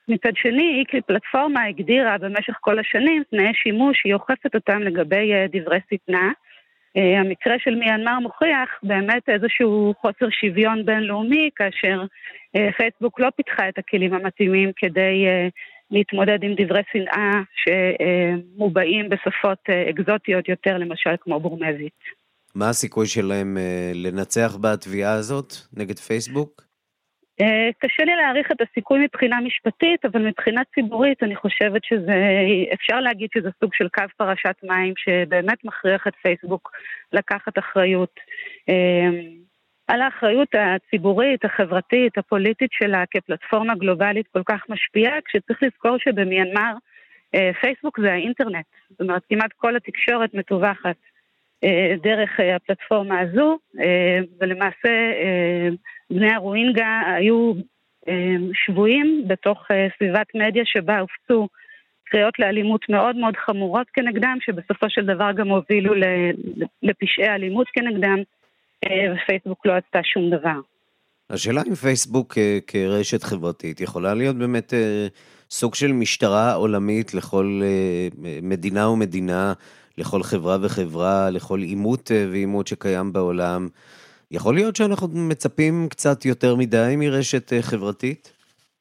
מצד שני, היא כפלטפורמה הגדירה במשך כל השנים תנאי שימוש, היא אוכפת אותם לגבי דברי שטנה. המקרה של מיינמר מוכיח באמת איזשהו חוסר שוויון בינלאומי, כאשר פייסבוק לא פיתחה את הכלים המתאימים כדי להתמודד עם דברי שנאה שמובעים בשפות אקזוטיות יותר, למשל כמו בורמזית. מה הסיכוי שלהם לנצח בתביעה הזאת נגד פייסבוק? קשה לי להעריך את הסיכוי מבחינה משפטית, אבל מבחינה ציבורית אני חושבת שזה, אפשר להגיד שזה סוג של קו פרשת מים שבאמת מכריח את פייסבוק לקחת אחריות על האחריות הציבורית, החברתית, הפוליטית שלה כפלטפורמה גלובלית כל כך משפיעה, כשצריך לזכור שבמיינמר פייסבוק זה האינטרנט, זאת אומרת כמעט כל התקשורת מתווכת דרך הפלטפורמה הזו, ולמעשה בני הרוהינגה היו שבויים בתוך סביבת מדיה שבה הופצו קריאות לאלימות מאוד מאוד חמורות כנגדם, שבסופו של דבר גם הובילו לפשעי אלימות כנגדם, ופייסבוק לא עשתה שום דבר. השאלה אם פייסבוק כרשת חברתית יכולה להיות באמת סוג של משטרה עולמית לכל מדינה ומדינה, לכל חברה וחברה, לכל אימות ואימות שקיים בעולם. יכול להיות שאנחנו מצפים קצת יותר מדי מרשת חברתית?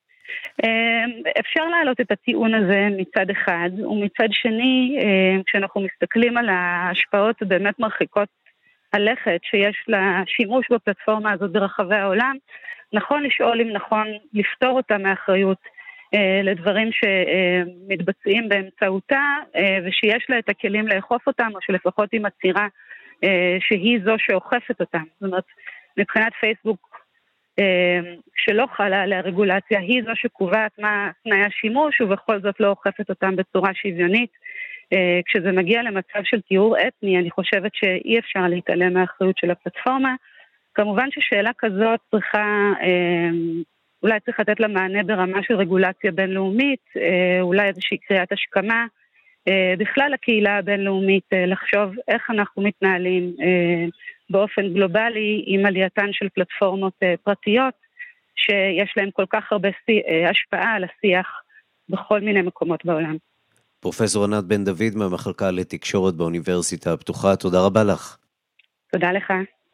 אפשר להעלות את הטיעון הזה מצד אחד, ומצד שני, כשאנחנו מסתכלים על ההשפעות באמת מרחיקות הלכת שיש לשימוש בפלטפורמה הזאת ברחבי העולם, נכון לשאול אם נכון לפתור אותה מאחריות לדברים שמתבצעים באמצעותה, ושיש לה את הכלים לאכוף אותם, או שלפחות היא מצהירה שהיא זו שאוכפת אותם. זאת אומרת, מבחינת פייסבוק, שלא חלה עליה רגולציה, היא זו שקובעת מה תנאי השימוש, ובכל זאת לא אוכפת אותם בצורה שוויונית. כשזה מגיע למצב של טיהור אתני, אני חושבת שאי אפשר להתעלם מהאחריות של הפלטפורמה. כמובן ששאלה כזאת צריכה, אולי צריך לתת לה מענה ברמה של רגולציה בינלאומית, אולי איזושהי קריאת השכמה, בכלל הקהילה הבינלאומית, לחשוב איך אנחנו מתנהלים באופן גלובלי עם עלייתן של פלטפורמות פרטיות, שיש להן כל כך הרבה השפעה על השיח בכל מיני מקומות בעולם. פרופסור ענת בן דוד מהמחלקה לתקשורת באוניברסיטה הפתוחה, תודה רבה לך. תודה לך.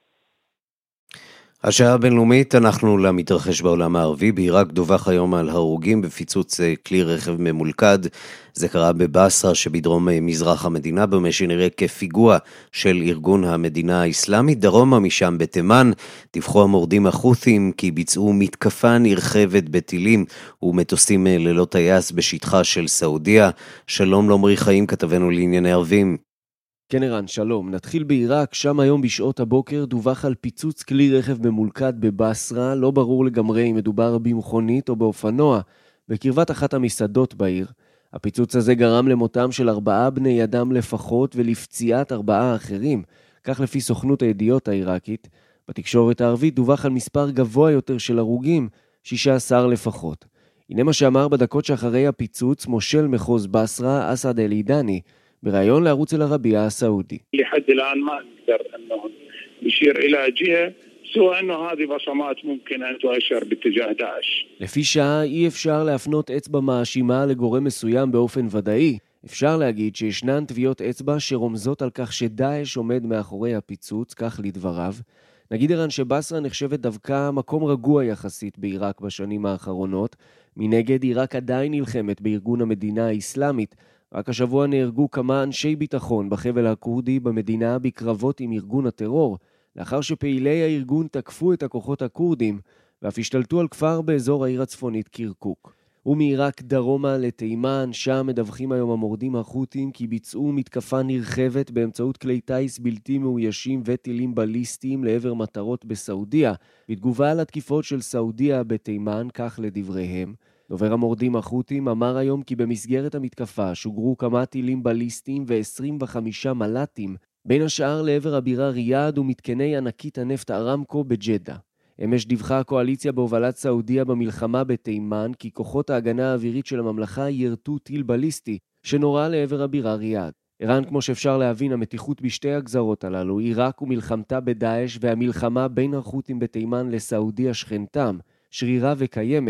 השעה הבינלאומית, אנחנו למתרחש בעולם הערבי. בעיראק דווח היום על הרוגים בפיצוץ כלי רכב ממולכד. זה קרה בבסרה שבדרום מזרח המדינה, במה שנראה כפיגוע של ארגון המדינה האסלאמית. דרומה משם בתימן דיווחו המורדים החות'ים כי ביצעו מתקפה נרחבת בטילים ומטוסים ללא טייס בשטחה של סעודיה. שלום לעומרי חיים, כתבנו לענייני ערבים. כן ערן, שלום. נתחיל בעיראק, שם היום בשעות הבוקר דווח על פיצוץ כלי רכב ממולכד בבסרה, לא ברור לגמרי אם מדובר במכונית או באופנוע, בקרבת אחת המסעדות בעיר. הפיצוץ הזה גרם למותם של ארבעה בני אדם לפחות ולפציעת ארבעה אחרים, כך לפי סוכנות הידיעות העיראקית. בתקשורת הערבית דווח על מספר גבוה יותר של הרוגים, שישה עשר לפחות. הנה מה שאמר בדקות שאחרי הפיצוץ מושל מחוז בסרה, אסד אל-עידני, בראיון לערוץ אל-ערבייה הסעודי. لحد الآن ما نقدر أنه نشير إلى جهة سوى أنه هذه بصمات ممكن أن تؤشر باتجاه داعش. לפי שעה אי אפשר להפנות אצבע מאשימה לגורם מסוים באופן ודאי. אפשר להגיד שישנן טביעות אצבע שרומזות על כך שדאעש עומד מאחורי הפיצוץ, כך לדבריו. נגיד ערן שבסרה נחשבת דווקא מקום רגוע יחסית בעיראק בשנים האחרונות. מנגד עיראק עדיין נלחמת בארגון המדינה האסלאמית. רק השבוע נהרגו כמה אנשי ביטחון בחבל הקורדי במדינה בקרבות עם ארגון הטרור, לאחר שפעילי הארגון תקפו את הכוחות הקורדים ואף השתלטו על כפר באזור העיר הצפונית קירקוק. ומעיראק דרומה לתימן, שם מדווחים היום המורדים החות'ים כי ביצעו מתקפה נרחבת באמצעות כלי טייס בלתי מאוישים וטילים בליסטיים לעבר מטרות בסעודיה, בתגובה על התקיפות של סעודיה בתימן, כך לדבריהם. דובר המורדים החות'ים אמר היום כי במסגרת המתקפה שוגרו כמה טילים בליסטיים ו-עשרים וחמישה מל"טים, בין השאר לעבר הבירה ריאד ומתקני ענקית הנפט ארמקו בג'דה. אמש דיווחה הקואליציה בהובלת סעודיה במלחמה בתימן כי כוחות ההגנה האווירית של הממלכה ירתו טיל בליסטי שנורה לעבר הבירה ריאד. ערן, כמו שאפשר להבין, המתיחות בשתי הגזרות הללו, עיראק ומלחמתה בדאעש והמלחמה בין החות'ים בתימן לסעודיה שכנתם, שרירה וקיימת,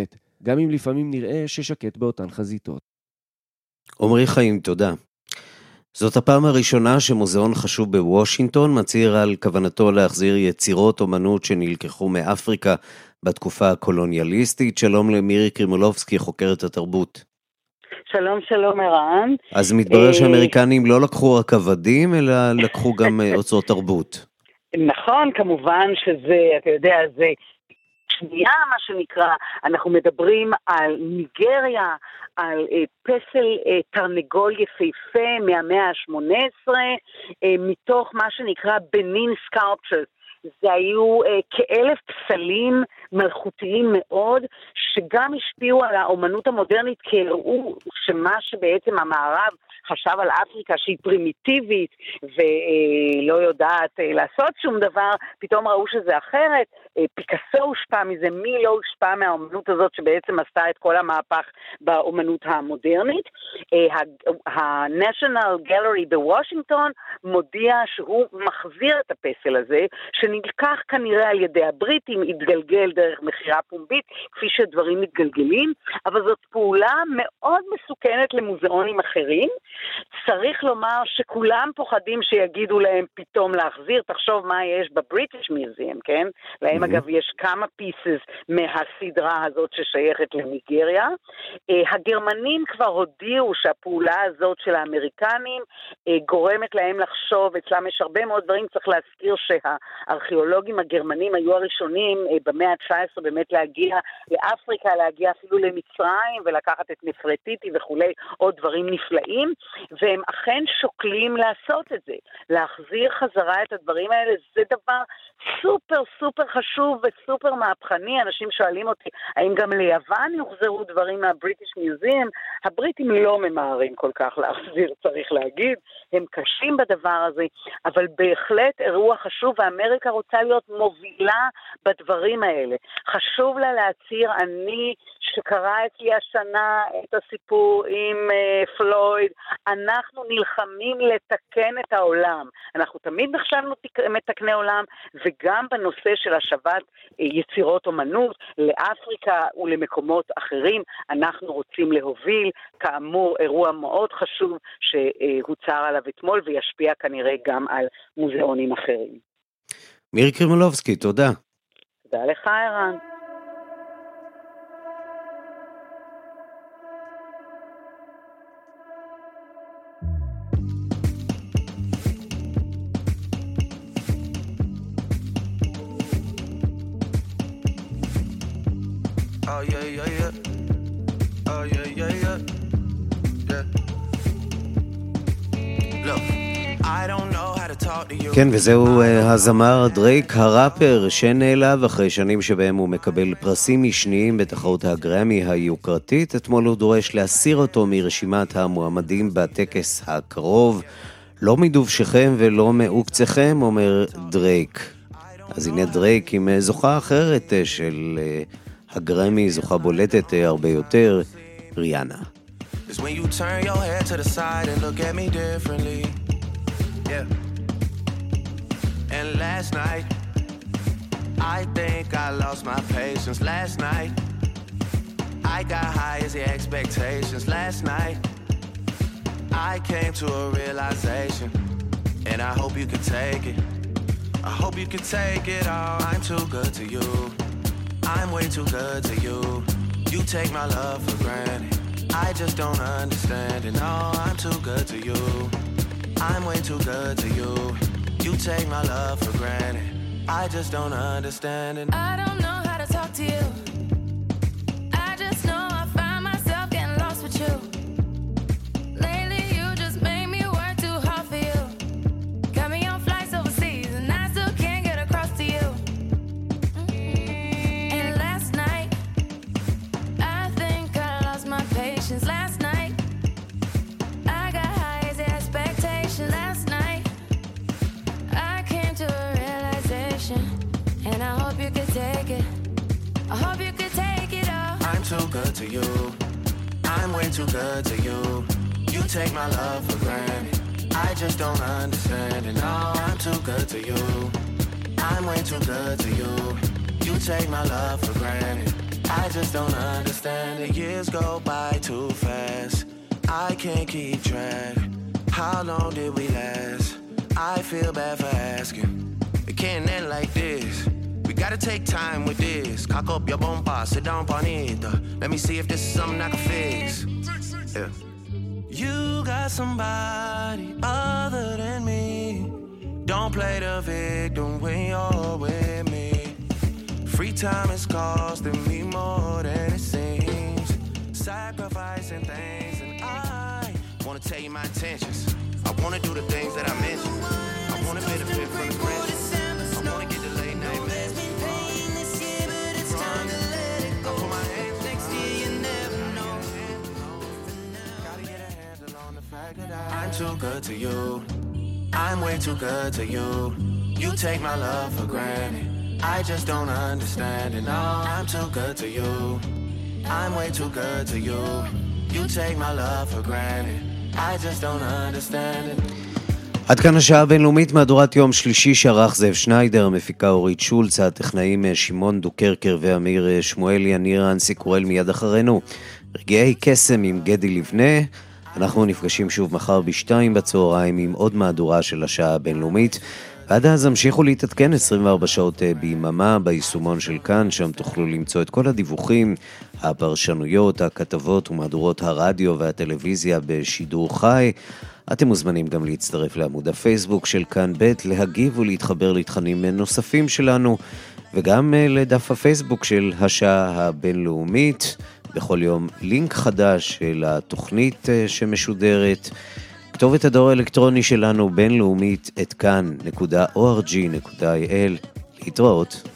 גם אם לפעמים נראה ששקט באותן חזיתות. עומרי חיים, תודה. זאת הפעם הראשונה שמוזיאון חשוב בוושינגטון מצהיר על כוונתו להחזיר יצירות אומנות שנלקחו מאפריקה בתקופה הקולוניאליסטית. שלום למירי קרימולובסקי, חוקרת התרבות. שלום, שלום ערן. אז מתברר שהאמריקנים לא לקחו רק עבדים, אלא לקחו גם אוצרות תרבות. נכון, כמובן שזה, אתה יודע, זה שנייה מה שנקרא, אנחנו מדברים על ניגריה, על אה, פסל אה, תרנגול יפהפה מהמאה ה-שמונה עשרה, אה, מתוך מה שנקרא בנין סקלפצ'רס. זה היו אה, כאלף פסלים מלכותיים מאוד, שגם השפיעו על האומנות המודרנית, כי הראו שמה שבעצם המערב חשב על אפריקה שהיא פרימיטיבית ולא יודעת לעשות שום דבר, פתאום ראו שזה אחרת. פיקאסו הושפע מזה, מי לא הושפע מהאומנות הזאת שבעצם עשתה את כל המהפך באומנות המודרנית. ה-National Gallery בוושינגטון מודיע שהוא מחזיר את הפסל הזה, שנלקח כנראה על ידי הבריטים, התגלגל דרך מחירה פומבית, כפי שדברים מתגלגלים, אבל זאת פעולה מאוד מסוכנת למוזיאונים אחרים. צריך לומר שכולם פוחדים שיגידו להם פתאום להחזיר, תחשוב מה יש בבריטיש מיוזיאם, כן? להם mm-hmm. אגב יש כמה פיסס מהסדרה הזאת ששייכת לניגריה. Uh, הגרמנים כבר הודיעו שהפעולה הזאת של האמריקנים uh, גורמת להם לחשוב, אצלם יש הרבה מאוד דברים, צריך להזכיר שהארכיאולוגים הגרמנים היו הראשונים uh, במאה ה-תשע עשרה באמת להגיע לאפריקה, להגיע אפילו למצרים ולקחת את נפרטיטי וכולי, עוד דברים נפלאים. והם אכן שוקלים לעשות את זה, להחזיר חזרה את הדברים האלה. זה דבר סופר סופר חשוב וסופר מהפכני. אנשים שואלים אותי, האם גם ליוון יוחזרו דברים מהבריטיש מיוזיאם? הבריטים לא ממהרים כל כך להחזיר, צריך להגיד, הם קשים בדבר הזה, אבל בהחלט אירוע חשוב, ואמריקה רוצה להיות מובילה בדברים האלה. חשוב לה להצהיר, אני שקרא אצלי השנה את הסיפור עם uh, פלויד, אנחנו נלחמים לתקן את העולם. אנחנו תמיד נחשבנו מתקני עולם, וגם בנושא של השבת יצירות אומנות לאפריקה ולמקומות אחרים, אנחנו רוצים להוביל, כאמור, אירוע מאוד חשוב שהוצר עליו אתמול, וישפיע כנראה גם על מוזיאונים אחרים. מירי קרימולובסקי, תודה. תודה לך, ערן. Oh yeah, yeah, yeah. Oh yeah, yeah, yeah. Yeah. Look, I don't know how to talk to you. כן, וזהו הזמר דרייק הראפר שנעלב אחרי שנים שבהם הוא מקבל פרסים משניים בתחרות הגרמי היוקרתית. אתמול הוא דורש להסיר אותו מרשימת המועמדים בטקס הקרוב. לא מדובשכם ולא מעוקצכם, אומר דרייק. אז הנה דרייק עם זוכה אחרת של הגרמי, זוכה בולטת הרבה יותר, ריאנה. It's when you turn your head to the side and look at me differently. Yeah. And last night I think I lost my patience. Last night I got high as the expectations. Last night I came to a realization, and I hope you can take it. I hope you can take it all. I'm too good to you. I'm way too good to you. You take my love for granted. I just don't understand it. No, I'm too good to you. I'm way too good to you. You take my love for granted. I just don't understand it. I don't know how to talk to you. I just know I find myself getting lost with you. Lately you just made me work too hard for you. Got me on flights overseas and I still can't get across to you. And last night I think I lost my patience. Last night I got high as the expectation. Last night I came to a realization, and I hope you could take it. I hope you could take it all. I'm too good to you. I'm way too good to you. You take my love for granted. I just don't understand it. No, I'm too good to you. I'm way too good to you. You take my love for granted. I just don't understand. The years go by too fast. I can't keep track. How long did we last? I feel bad for asking. It can't end like this. We gotta take time with this. Cock up your bomba, sit down bonita. Let me see if this is something I can fix. Yeah. You got somebody other than me. Don't play the victim when you're with me. Free time is costing me more than it seems. Sacrificing things, and I wanna tell you my intentions. I wanna do the things that I mentioned. I wanna benefit from the present. I wanna get the late night mess. I put my hands next year, you never know. Gotta get a handle on the fact that I I'm too good to you. I'm way too good to you. You take my love for granted. I just don't understand it. No, I'm too good to you. I'm way too good to you. You take my love for granted. I just don't understand it. עד כאן השעה הבינלאומית, מהדורת יום שלישי שערך זאב שניידר, המפיקה אורית שולץ, הטכנאים שמעון דוקרקר ואמיר שמואלי, אני רנסי קורל מיד אחרינו. רגעי קסם עם גדי לבנה. אנחנו נפגשים שוב מחר בשתיים בצהריים עם עוד מהדורה של השעה הבינלאומית. ועד אז המשיכו להתעדכן עשרים וארבע שעות ביממה ביישומון של כאן, שם תוכלו למצוא את כל הדיווחים, הפרשנויות, הכתבות ומהדורות הרדיו והטלוויזיה בשידור חי. אתם מוזמנים גם להצטרף לעמוד הפייסבוק של כאן ב', להגיב ולהתחבר לתכנים נוספים שלנו, וגם לדף הפייסבוק של השעה הבינלאומית. בכל יום לינק חדש של התוכנית שמשודרת. כתובת הדואר האלקטרוני שלנו בינלאומית את כאן נקודה או אר ג'י נקודה איי אל. להתראות.